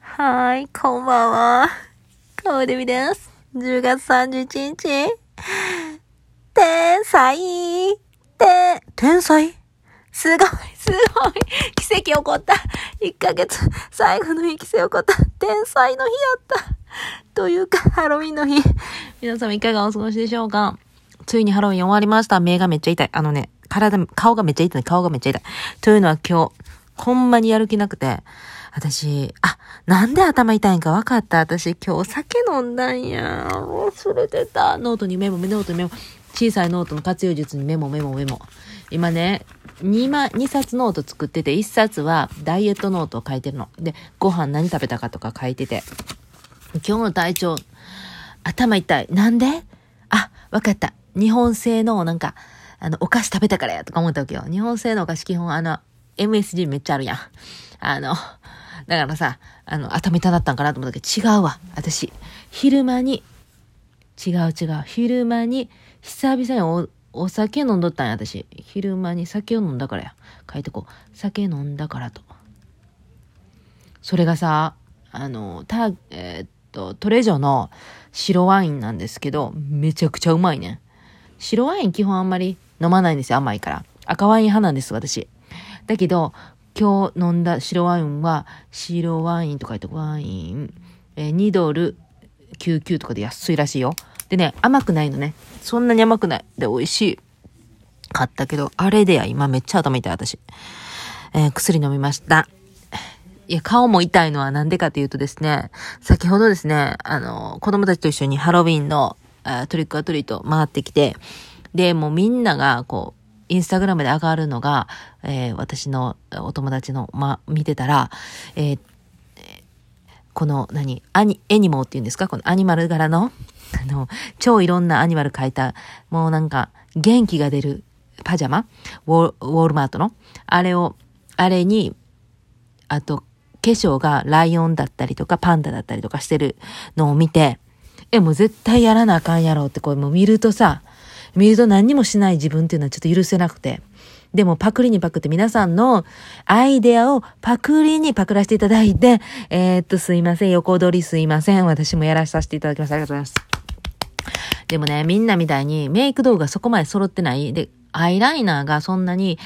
はい、こんばんは。かおでみです。10月31日。天才天才すごい、奇跡起こった。1ヶ月、最後の日奇跡起こった。天才の日やった。というか、ハロウィンの日。皆様いかがお過ごしでしょうか？ついにハロウィン終わりました。目がめっちゃ痛い。顔がめっちゃ痛い。というのは今日、ほんまにやる気なくて、私、なんで頭痛いんか分かった。私、今日酒飲んだんや。忘れてた。ノートにメモ。小さいノートの活用術にメモ。今ね、2冊ノート作ってて、1冊はダイエットノートを書いてるの。で、ご飯何食べたかとか書いてて。今日の体調、頭痛い。なんで？分かった。日本製のお菓子食べたからやとか思ったわけよ。日本製のお菓子基本MSG めっちゃあるやん。だからさ、頭痛なったんかなと思ったけど、違うわ。私、昼間に、久々にお酒飲んどったんや、私。昼間に酒を飲んだからや。書いてこう。酒飲んだからと。それがさ、トレジョの白ワインなんですけど、めちゃくちゃうまいね。白ワイン基本あんまり飲まないんですよ、甘いから。赤ワイン派なんです、私。だけど、今日飲んだ白ワインは、白ワインとか言ってワイン、2ドル99とかで安いらしいよ。でね、甘くないのね。そんなに甘くない。で、美味しい。買ったけど、あれでや、今めっちゃ頭痛い、私。薬飲みました。いや、顔も痛いのはなんでかというとですね、先ほどですね、子供たちと一緒にハロウィンのトリックアトリート回ってきて、で、もうみんながこう、インスタグラムで上がるのが、私のお友達の、見てたら、この、エニモーっていうんですか？このアニマル柄の、超いろんなアニマル描いた、もう元気が出るパジャマ？ウォールマートの？あれに、あと、化粧がライオンだったりとかパンダだったりとかしてるのを見て、もう絶対やらなあかんやろってこうもう見ると何にもしない自分っていうのはちょっと許せなくて。でもパクリにパクって皆さんのアイデアをパクリにパクらせていただいて、すいません。横取りすいません。私もやらさせていただきます。ありがとうございます。でもね、みんなみたいにメイク道具がそこまで揃ってない。で、アイライナーがそんなに、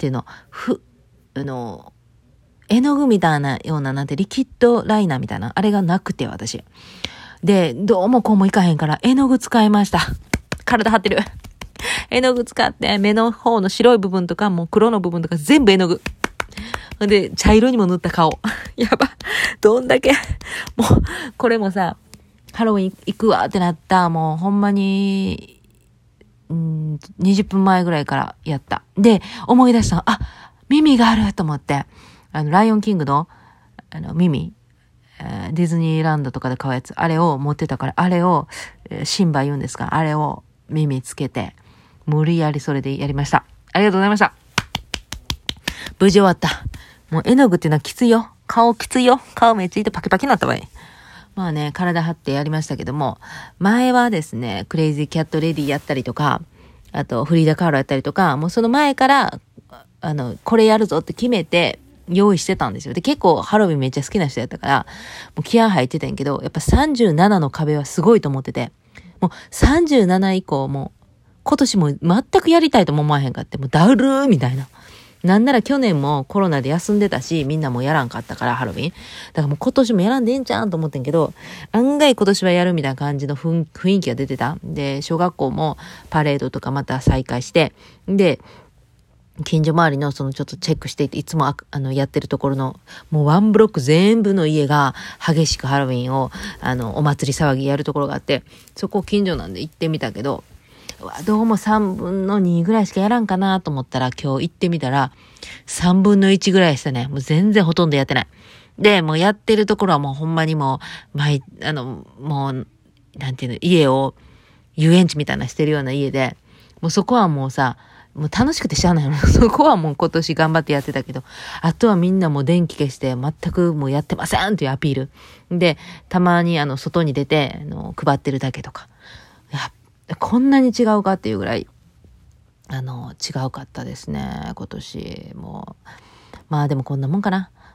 絵の具みたいなような、リキッドライナーみたいな、あれがなくて、私。で、どうもこうもいかへんから、絵の具使いました。体張ってる。絵の具使って、目の方の白い部分とか、もう黒の部分とか全部絵の具。で、茶色にも塗った顔。やば。どんだけ。もう、これもさ、ハロウィン行くわってなった、もうほんまに、20分前ぐらいからやった。で、思い出したの。耳があると思って。ライオンキングの、耳、ディズニーランドとかで買うやつ、あれを持ってたから、あれを、シンバ言うんですか？あれを耳つけて、無理やりそれでやりました。ありがとうございました。無事終わった。もう絵の具っていうのはきついよ。顔きついよ。顔めっちゃ痛いパキパキになったわい。まあね、体張ってやりましたけども、前はですね、クレイジーキャットレディやったりとか、あとフリーダカーロやったりとか、もうその前から、これやるぞって決めて、用意してたんですよ。で、結構ハロウィンめっちゃ好きな人やったから、もう気合入ってたんやけど、やっぱ37の壁はすごいと思ってて、もう37以降もう、今年も全くやりたいとも思わへんかって、もうだるーみたいな。なんなら去年もコロナで休んでたし、みんなもやらんかったからハロウィン。だからもう今年もやらんでええんちゃうんと思ってんけど、案外今年はやるみたいな感じの雰囲気が出てた。で、小学校もパレードとかまた再開して、で、近所周りのちょっとチェックしていて、いつもやってるところの、もうワンブロック全部の家が激しくハロウィンを、お祭り騒ぎやるところがあって、そこ近所なんで行ってみたけど、どうも3分の2ぐらいしかやらんかなと思ったら、今日行ってみたら、3分の1ぐらいしたね。もう全然ほとんどやってない。で、もうやってるところはもうほんまにもう、もう、家を遊園地みたいなしてるような家で、もうそこはもうさ、もう楽しくてしゃあないの。そこはもう今年頑張ってやってたけど、あとはみんなもう電気消して全くもうやってませんというアピール。で、たまに外に出て、配ってるだけとか。こんなに違うかっていうぐらい、違うかったですね、今年も。まあでもこんなもんかな。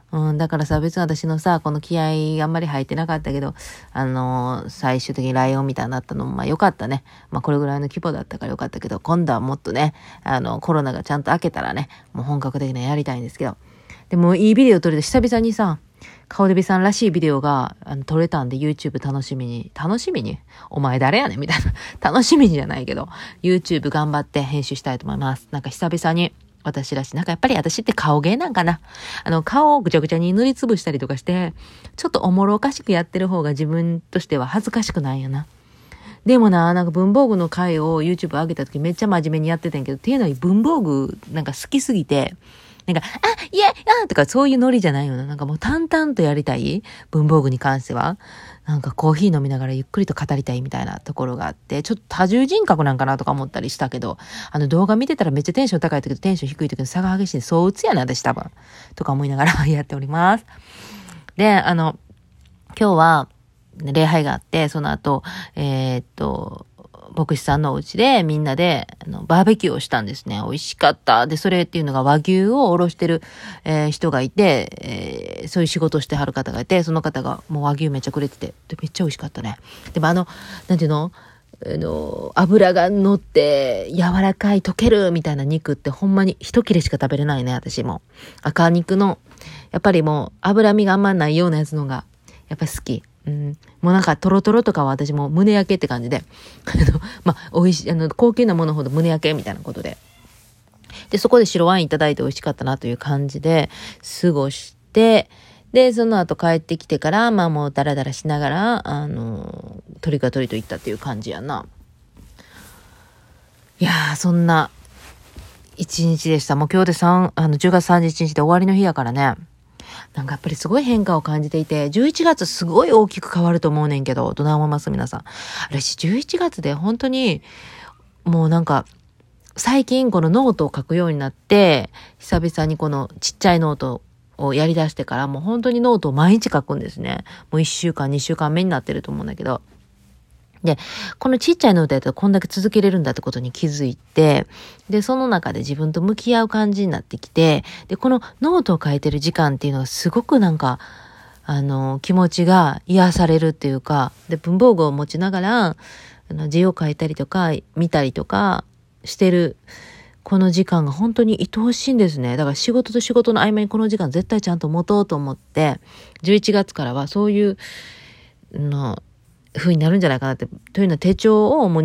だからさ、別に私のさ、この気合あんまり入ってなかったけど、最終的にライオンみたいになったのも、まあ良かったね。まあこれぐらいの規模だったから良かったけど、今度はもっとね、コロナがちゃんと明けたらね、もう本格的なやりたいんですけど。でもいいビデオ撮れて、久々にさ、顔デビさんらしいビデオが撮れたんで YouTube 楽しみにお前誰やねんみたいな。楽しみにじゃないけど、YouTube 頑張って編集したいと思います。なんか久々に私らしい。なんかやっぱり私って顔芸なんかな。顔をぐちゃぐちゃに塗りつぶしたりとかして、ちょっとおもろおかしくやってる方が自分としては恥ずかしくないよな。でもな、なんか文房具の回を YouTube 上げた時めっちゃ真面目にやってたんやけど、っていうのは文房具なんか好きすぎて、なんか、いや、とかそういうノリじゃないよな。なんかもう淡々とやりたい。文房具に関しては。なんかコーヒー飲みながらゆっくりと語りたいみたいなところがあって、ちょっと多重人格なんかなとか思ったりしたけど、動画見てたらめっちゃテンション高い時とテンション低い時の差が激しいんで、そう打つやね、私多分。とか思いながらやっております。で、今日は、礼拝があって、その後、牧師さんのお家でみんなでバーベキューをしたんですね。美味しかった。で、それっていうのが和牛をおろしてる、人がいて、そういう仕事をしてはる方がいて、その方がもう和牛めっちゃくれてて、でめっちゃ美味しかったね。でもなんていうの油が乗って柔らかい溶けるみたいな肉ってほんまに一切れしか食べれないね、私も。赤肉の、やっぱりもう脂身があんまないようなやつのが、やっぱり好き。もうなんかトロトロとかは私も胸焼けって感じで、まあ、美味しい、高級なものほど胸焼けみたいなことで。で、そこで白ワインいただいて美味しかったなという感じで過ごして、で、その後帰ってきてから、まあもうダラダラしながら、トリカトリと行ったっていう感じやな。いやー、そんな一日でした。もう今日で10月31日で終わりの日やからね。なんかやっぱりすごい変化を感じていて、11月すごい大きく変わると思うねんけど、どない思います皆さん。私11月で本当に、もうなんか、最近このノートを書くようになって、久々にこのちっちゃいノートをやり出してから、もう本当にノートを毎日書くんですね。もう1週間、2週間目になってると思うんだけど。で、このちっちゃいノートやったらこんだけ続けれるんだってことに気づいて、で、その中で自分と向き合う感じになってきて、で、このノートを書いてる時間っていうのはすごくなんか、気持ちが癒されるっていうか、で、文房具を持ちながら、字を書いたりとか、見たりとかしてる、この時間が本当に愛おしいんですね。だから仕事と仕事の合間にこの時間絶対ちゃんと持とうと思って、11月からはそういう風になるんじゃないかなって。というのは手帳をもう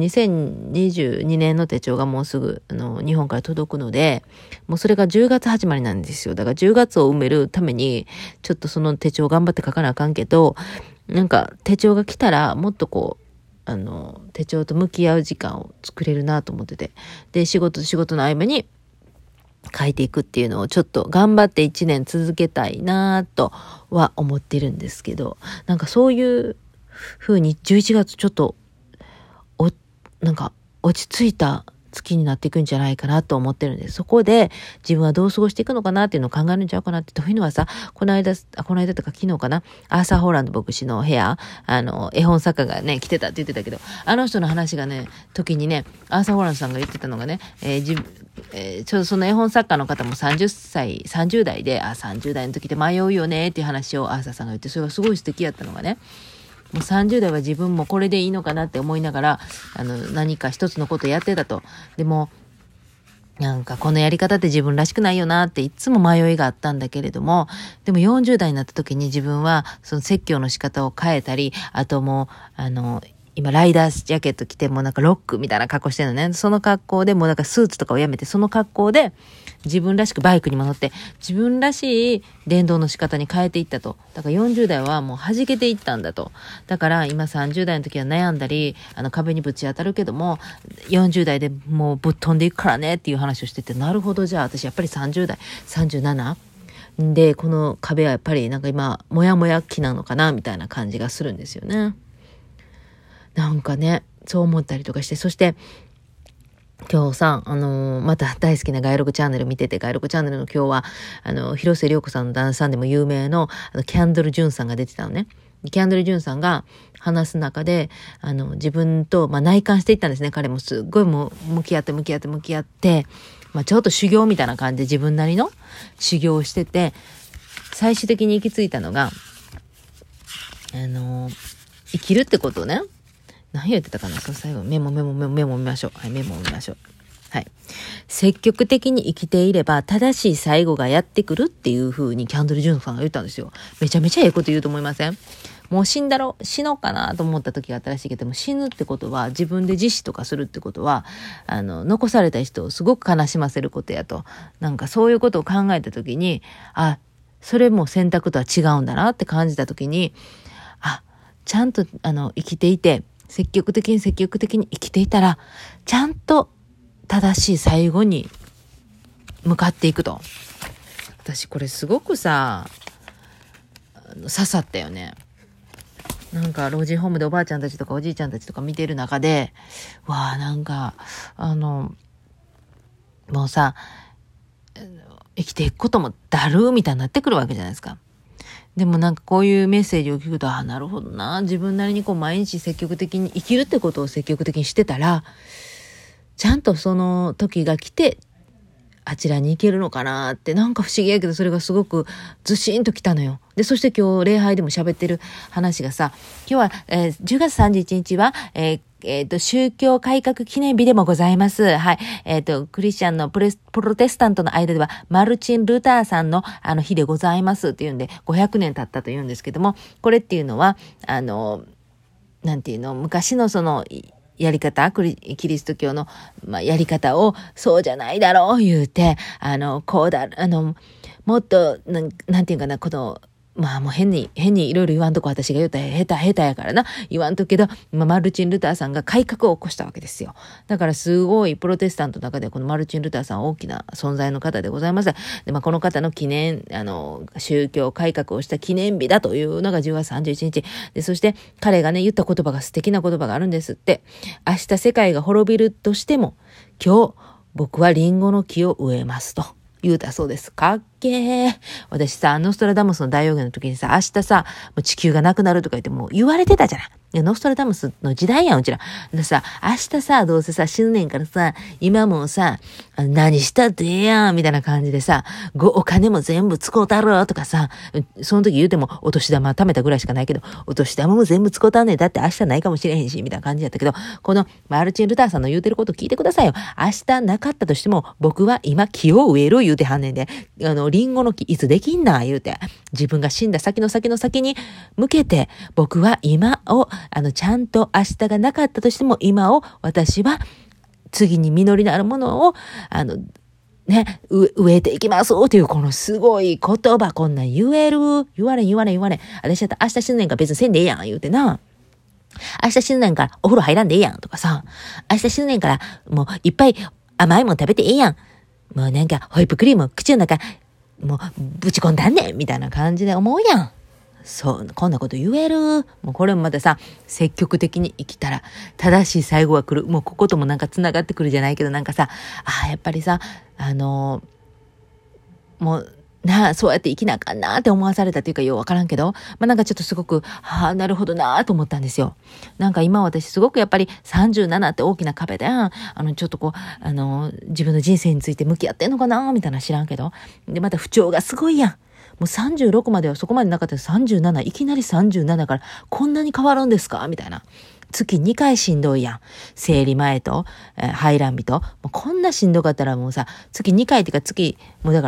2022年の手帳がもうすぐ日本から届くので、もうそれが10月始まりなんですよ。だから10月を埋めるためにちょっとその手帳頑張って書かなあかんけど、なんか手帳が来たらもっとこう手帳と向き合う時間を作れるなと思ってて、で仕事の合間に書いていくっていうのをちょっと頑張って1年続けたいなとは思ってるんですけど、なんかそういう風に11月ちょっとなんか落ち着いた月になっていくんじゃないかなと思ってるんです。そこで自分はどう過ごしていくのかなっていうのを考えるんちゃうかなって。というのはさ、この間とか昨日かな、アーサー・ホーランド牧師の部屋、絵本作家がね来てたって言ってたけど、あの人の話がね時にね、アーサー・ホーランドさんが言ってたのがね、ちょうどその絵本作家の方も30代で、30代の時で迷うよねっていう話をアーサーさんが言って、それがすごい素敵やったのがね、もう30代は自分もこれでいいのかなって思いながら、何か一つのことやってたと。でも、なんかこのやり方って自分らしくないよなっていつも迷いがあったんだけれども、でも40代になった時に自分はその説教の仕方を変えたり、あともう、今ライダージャケット着てもなんかロックみたいな格好してるのね。その格好でもうなんかスーツとかをやめて、その格好で自分らしくバイクにも乗って自分らしい電動の仕方に変えていったと。だから40代はもう弾けていったんだと。だから今30代の時は悩んだり壁にぶち当たるけども、40代でもうぶっ飛んでいくからねっていう話をしてて、なるほど、じゃあ私やっぱり30代37でこの壁はやっぱりなんか今もやもや期なのかなみたいな感じがするんですよね。なんかね、そう思ったりとかして、そして今日さ、また大好きな外録チャンネル見てて、外録チャンネルの今日は、広末涼子さんの旦那さんでも有名の、キャンドル・ジュンさんが出てたのね。キャンドル・ジュンさんが話す中で、自分と、内観していったんですね。彼もすっごいもう向き合って、ちょっと修行みたいな感じで自分なりの修行をしてて、 最終的に行き着いたのが、生きるってことをね、何言ってたかな、その最後、メモ見ましょう。はい、メモを見ましょう。はい。積極的に生きていれば正しい最後がやってくるっていう風にキャンドル・ジュンさんが言ったんですよ。めちゃめちゃええこと言うと思いません？もう死のうかなと思った時があったらしいけども、死ぬってことは、自分で自死とかするってことは、残された人をすごく悲しませることやと。なんかそういうことを考えた時に、それも選択とは違うんだなって感じた時に、ちゃんと生きていて、積極的に生きていたら、ちゃんと正しい最後に向かっていくと。私これすごくさ、刺さったよね。なんか老人ホームでおばあちゃんたちとかおじいちゃんたちとか見てる中で、なんかもうさ、生きていくこともだるーみたいになってくるわけじゃないですか。でもなんかこういうメッセージを聞くと、なるほどな。自分なりに毎日積極的に生きるってことを積極的にしてたら、ちゃんとその時が来て、あちらに行けるのかなって、なんか不思議やけど、それがすごくずしんと来たのよ。で、そして今日礼拝でも喋ってる話がさ、今日は、10月31日は、宗教改革記念日でもございます。はい。クリスチャンのプロテスタントの間では、マルチン・ルターさんの日でございますっていうんで、500年経ったというんですけども、これっていうのは、なんていうの、昔のその、やり方、キリスト教の、やり方を、そうじゃないだろう、言うて、こうだ、もっと、なんていうかな、もう変にいろいろ言わんとこ私が言うたら下手やからな。言わんとけど、マルチン・ルターさんが改革を起こしたわけですよ。だからすごいプロテスタントの中でこのマルチン・ルターさんは大きな存在の方でございます。で、この方の記念、宗教改革をした記念日だというのが10月31日。で、そして彼がね、言った言葉が素敵な言葉があるんですって。明日世界が滅びるとしても、今日僕はリンゴの木を植えますと。言うたそうです。かっけー。私さ、ノストラダムスの大予言の時にさ、明日さ、もう地球がなくなるとか言ってもう言われてたじゃない。ノストラダムスの時代やん、うちら。でさ、明日さ、どうせさ、死ぬねんからさ、今もさ、何したってええやん、みたいな感じでさ、お金も全部使うたろとかさ、その時言うてもお年玉貯めたぐらいしかないけど、お年玉も全部使うたんねん。だって明日ないかもしれへんし、みたいな感じやったけど、このマルチン・ルターさんの言うてること聞いてくださいよ。明日なかったとしても、僕は今木を植える言うてはんねんで、リンゴの木いつできんな言うて、自分が死んだ先の先に向けて、僕は今を、ちゃんと明日がなかったとしても今を私は次に実りのあるものを、植えていきますというこのすごい言葉、こんなん言われん。私だったら明日死ぬねんから別にせんでええやん言うてな。明日死ぬねんからお風呂入らんでええやんとかさ。明日死ぬねんからもういっぱい甘いもん食べてええやん。もうなんかホイップクリーム口の中もうぶち込んだんねんみたいな感じで思うやん。そう、こんなこと言える。もうこれもまたさ、積極的に生きたら、正しい最後が来る。もうここともなんか繋がってくるじゃないけど、なんかさ、やっぱりさ、もう、そうやって生きなあかんなって思わされたっていうかようわからんけど、なんかちょっとすごく、なるほどなと思ったんですよ。なんか今私すごくやっぱり37って大きな壁で、ちょっと自分の人生について向き合ってんのかなみたいな知らんけど。で、また不調がすごいやん。もう36まではそこまでなかった37、いきなり37からこんなに変わるんですかみたいな。月2回しんどいやん。生理前と、排卵日と。もうこんなしんどかったらもうさ、月2回っていうかもうだから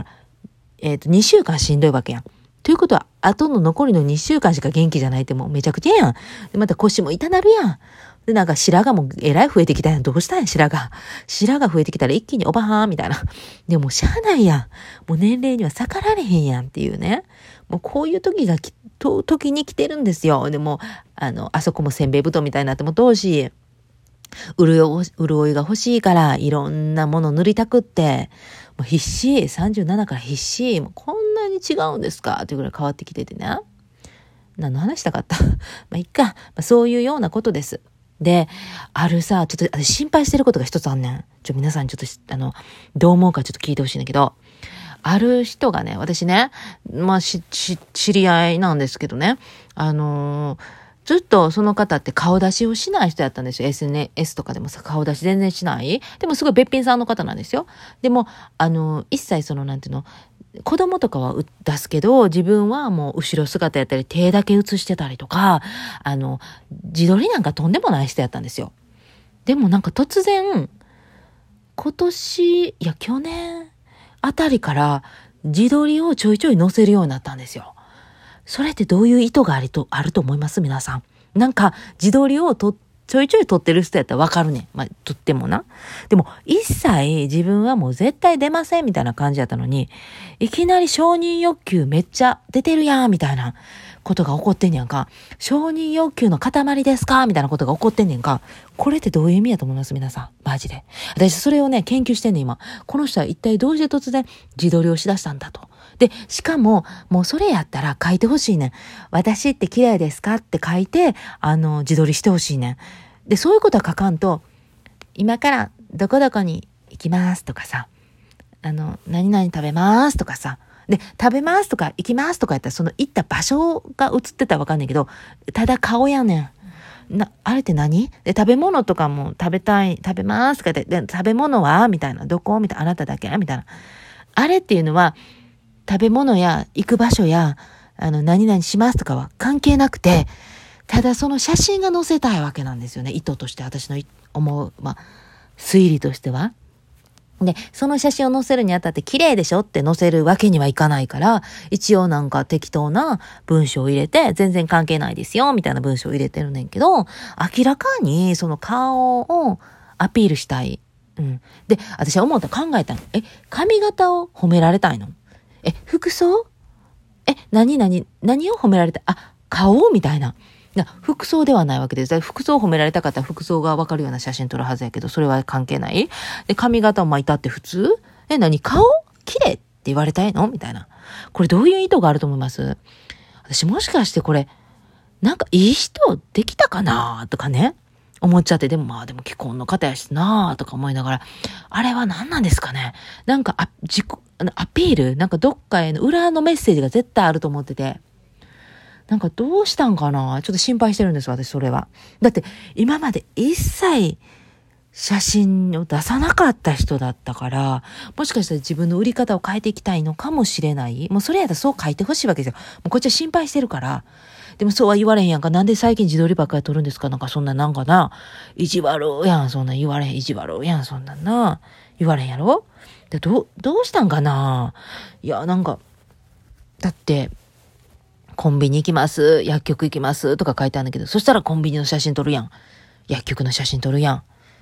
、2週間しんどいわけやん。ということは、後の残りの2週間しか元気じゃないってもうめちゃくちゃやん。で、また腰も痛なるやん。で、なんか白髪もえらい増えてきたやん。どうしたんや、白髪。白髪増えてきたら一気におばはんみたいな。でもしゃあないやん。もう年齢には逆られへんやんっていうね。もうこういう時に来てるんですよ。でも、あそこもせんべい布団みたいになってもどうし、潤いが欲しいから、いろんなもの塗りたくって、もう必死、37から必死、もうこんなに違うんですかっていうぐらい変わってきててね。何の話したかったいっか。そういうようなことです。で、ちょっと心配してることが一つあんねん。皆さんちょっと、どう思うかちょっと聞いてほしいんだけど、ある人がね、私ね、知り合いなんですけどね、ずっとその方って顔出しをしない人やったんですよ。SNS とかでもさ、顔出し全然しない。でもすごいべっぴんさんの方なんですよ。でも、一切なんていうの、 子供とかは出すけど、自分はもう後ろ姿やったり、手だけ映してたりとか、自撮りなんかとんでもない人やったんですよ。でもなんか突然、去年あたりから自撮りをちょいちょい載せるようになったんですよ。それってどういう意図があると思います皆さん。なんか自撮りをちょいちょい撮ってる人やったらわかるね。撮ってもな。でも一切自分はもう絶対出ませんみたいな感じやったのに、いきなり承認欲求めっちゃ出てるやんみたいなことが起こってんねやんか。承認欲求の塊ですかみたいなことが起こってんねんか。これってどういう意味やと思います皆さん。マジで。私それをね、研究してんねん今。この人は一体どうして突然自撮りをしだしたんだと。で、しかも、もうそれやったら書いてほしいねん。私って綺麗ですかって書いて、自撮りしてほしいねん。で、そういうことは書かんと、今からどこどこに行きますとかさ、何々食べますとかさ、で、食べますとか行きますとかやったら、その行った場所が映ってたらわかんないけど、ただ顔やねん。あれって何で、食べ物とかも食べますとか言って、で、食べ物はみたいな、どこみたいな、あなただけみたいな。あれっていうのは、食べ物や行く場所や、何々しますとかは関係なくて、ただその写真が載せたいわけなんですよね。意図として、私の思う、推理としては。で、その写真を載せるにあたって綺麗でしょって載せるわけにはいかないから、一応なんか適当な文章を入れて、全然関係ないですよ、みたいな文章を入れてるねんけど、明らかにその顔をアピールしたい。うん。で、私は考えたの。髪型を褒められたいの？服装？何を褒められた？顔みたいな。服装ではないわけです。服装を褒められたかったら服装がわかるような写真撮るはずやけど、それは関係ない。で、髪型も至って普通？顔？綺麗って言われたいの？みたいな。これどういう意図があると思います？私もしかしてこれ、なんかいい人できたかなとかね。思っちゃって、でも既婚の方やしなとか思いながら、あれは何なんですかね。なんかアピールなんかどっかへの裏のメッセージが絶対あると思ってて。なんかどうしたんかなちょっと心配してるんです私それは。だって今まで一切写真を出さなかった人だったから、もしかしたら自分の売り方を変えていきたいのかもしれない。もうそれやったらそう書いてほしいわけですよ。もうこっちは心配してるから。でもそうは言われへんやんか。なんで最近自撮りばっかり撮るんですか？なんかそんななんかな。意地悪やん。そんな言われへん。意地悪やん。そんなんな。言われへんやろ？で、どうしたんかな？いや、なんか、だって、コンビニ行きます。薬局行きます。とか書いてあるんだけど、そしたらコンビニの写真撮るやん。薬局の写真撮るやん。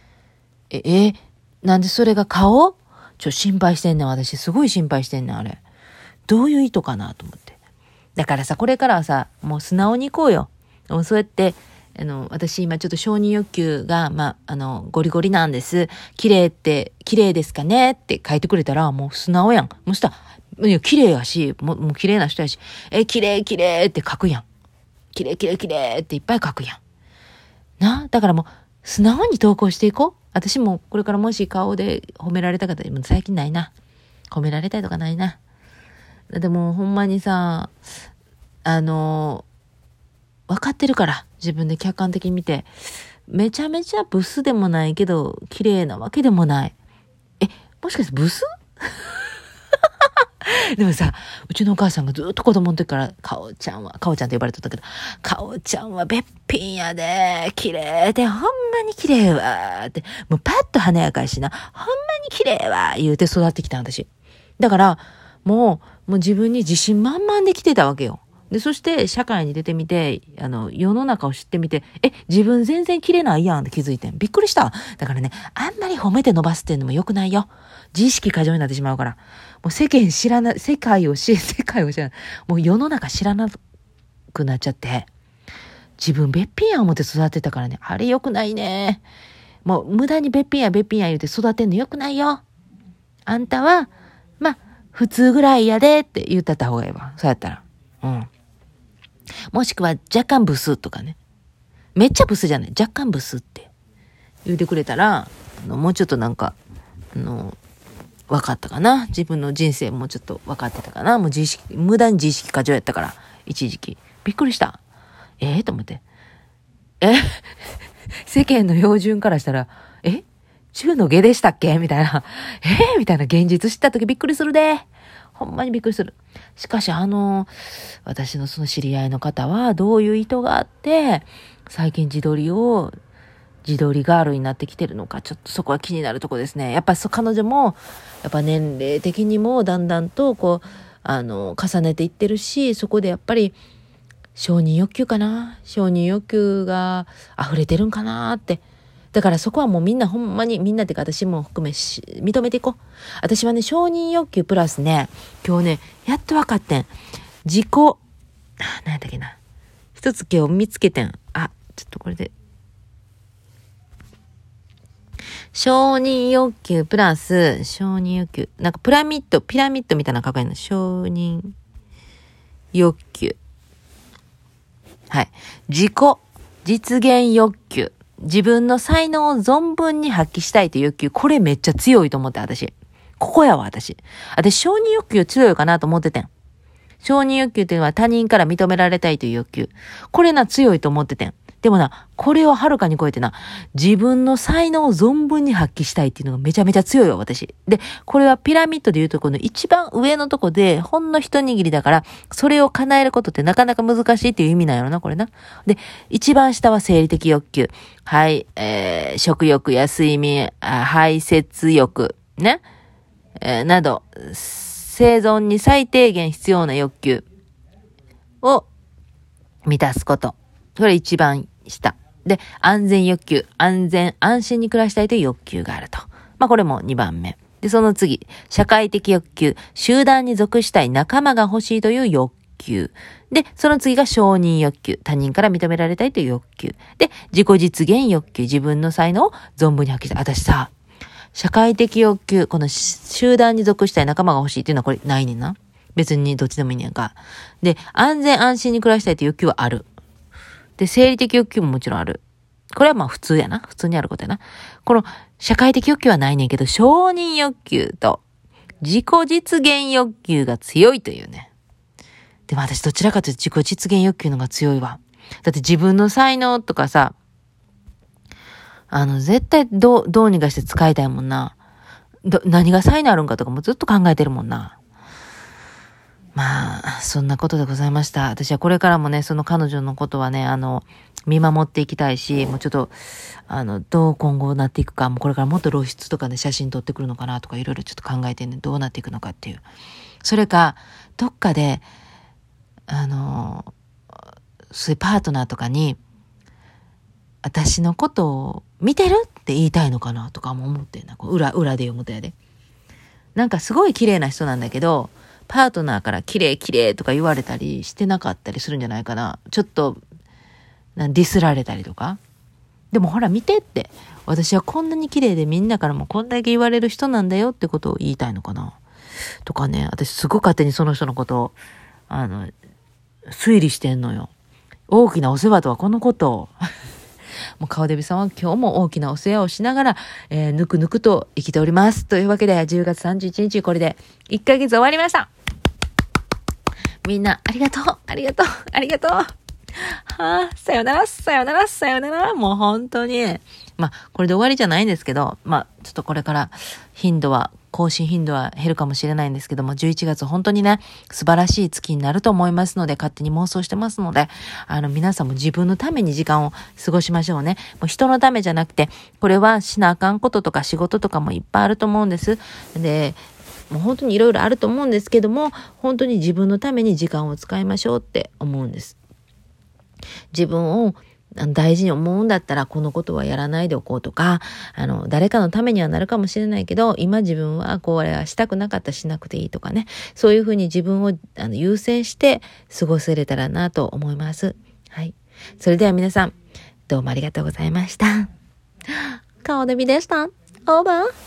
なんでそれが顔？心配してんねん。私すごい心配してんねん、あれ。どういう意図かなと思って。だからさ、これからはさ、もう素直に行こうよ。もうそうやって、私今ちょっと承認欲求が、ゴリゴリなんです。綺麗ですかねって書いてくれたら、もう素直やん。もうしたら、いや、綺麗やし、もう綺麗な人やし、綺麗って書くやん。綺麗っていっぱい書くやん。だからもう、素直に投稿していこう。私もこれからもし顔で褒められた方、もう最近ないな。褒められたいとかないな。でもほんまにさ、分かってるから、自分で客観的に見て、めちゃめちゃブスでもないけど、綺麗なわけでもない。もしかしてブス？でもさ、うちのお母さんがずっと子供の時から、かおちゃんって呼ばれてたけど、かおちゃんはべっぴんやで、綺麗で、ほんまに綺麗わって、もうパッと華やかいしな、ほんまに綺麗わ言うて育ってきた私。だから、もう自分に自信満々で来てたわけよ。で、そして社会に出てみて、世の中を知ってみて、自分全然綺麗ないやんって気づいてん。びっくりした。だからね、あんまり褒めて伸ばすっていうのも良くないよ。自意識過剰になってしまうから。もう世界を知らない。もう世の中知らなくなっちゃって、自分べっぴんや思って育てたからね、あれ良くないね。もう無駄にべっぴんや言うて育てんの良くないよ。あんたは、普通ぐらいやでって言った方がいいわ。そうやったら。うん。もしくは若干ブスとかね。めっちゃブスじゃない。若干ブスって言ってくれたら、もうちょっとなんか、分かったかな。自分の人生もうちょっと分かってたかな。もう無駄に自意識過剰やったから、一時期。びっくりした。と思って。世間の標準からしたら、中の下でしたっけみたいな。みたいな現実知った時びっくりするで。 ほんまにびっくりする。しかし私のその知り合いの方はどういう意図があって、最近自撮りガールになってきてるのか、ちょっとそこは気になるとこですね。やっぱ彼女も、やっぱ年齢的にもだんだんと重ねていってるし、そこでやっぱり承認欲求が溢れてるんかなって。だからそこはもうみんなほんまに、みんなってか私も含め認めていこう。私はね、承認欲求プラスね、今日ね、やっと分かってん。何やったっけな。一つ今日見つけてん。ちょっとこれで。承認欲求プラス、承認欲求。なんかピラミッドみたいなの書かれるの。承認欲求。はい。自己実現欲求。自分の才能を存分に発揮したいという欲求。これめっちゃ強いと思って、私。ここやわ、私。承認欲求強いかなと思っててん。承認欲求っていうのは他人から認められたいという欲求。これな、強いと思っててん。でもな、これをはるかに超えてな、自分の才能を存分に発揮したいっていうのがめちゃめちゃ強いよ、私。で、これはピラミッドでいうとこの一番上のとこで、ほんの一握りだから、それを叶えることってなかなか難しいっていう意味なんやろな、これな。で、一番下は生理的欲求。はい、食欲や睡眠、排泄欲、ね。など、生存に最低限必要な欲求を満たすこと。これ一番下。で、安全欲求。安心に暮らしたいという欲求があると。これも2番目。で、その次。社会的欲求。集団に属したい仲間が欲しいという欲求。で、その次が承認欲求。他人から認められたいという欲求。で、自己実現欲求。自分の才能を存分に発揮した。私さ、社会的欲求。この集団に属したい仲間が欲しいっていうのはこれないねんな。別にどっちでもいいねんか。で、安心に暮らしたいという欲求はある。で、生理的欲求ももちろんある。これは普通やな。普通にあることやな。この社会的欲求はないねんけど、承認欲求と自己実現欲求が強いというね。でも私どちらかというと自己実現欲求のが強いわ。だって自分の才能とかさ、絶対どうにかして使いたいもんな。何が才能あるんかとかもずっと考えてるもんな。そんなことでございました。私はこれからもね、その彼女のことはね、見守っていきたいし、もうちょっと、どう今後なっていくか、もうこれからもっと露出とかね、写真撮ってくるのかなとか、いろいろちょっと考えてね、どうなっていくのかっていう。それか、どっかで、そういうパートナーとかに、私のことを見てるって言いたいのかなとかも思ってんな。裏で読むとやで。なんかすごい綺麗な人なんだけど、パートナーから綺麗とか言われたりしてなかったりするんじゃないかな。ちょっと、ディスられたりとか。でもほら見てって。私はこんなに綺麗でみんなからもこんだけ言われる人なんだよってことを言いたいのかな。とかね、私すごい勝手にその人のことを、推理してんのよ。大きなお世話とはこのことを。もう顔デビさんは今日も大きなお世話をしながら、ぬくぬくと生きております。というわけで、10月31日、これで1ヶ月終わりました。みんな、ありがとう。さよなら。もう本当に。これで終わりじゃないんですけど、ちょっとこれから更新頻度は減るかもしれないんですけども、11月本当にね、素晴らしい月になると思いますので、勝手に妄想してますので、皆さんも自分のために時間を過ごしましょうね。もう人のためじゃなくて、これはしなあかんこととか仕事とかもいっぱいあると思うんです。で、もう本当にいろいろあると思うんですけども、本当に自分のために時間を使いましょうって思うんです。自分を大事に思うんだったらこのことはやらないでおこうとか、誰かのためにはなるかもしれないけど、今自分はこれはしたくなかったらしなくていいとかね、そういうふうに自分を優先して過ごせれたらなと思います。はい。それでは皆さん、どうもありがとうございました。顔デビでした。オーバー。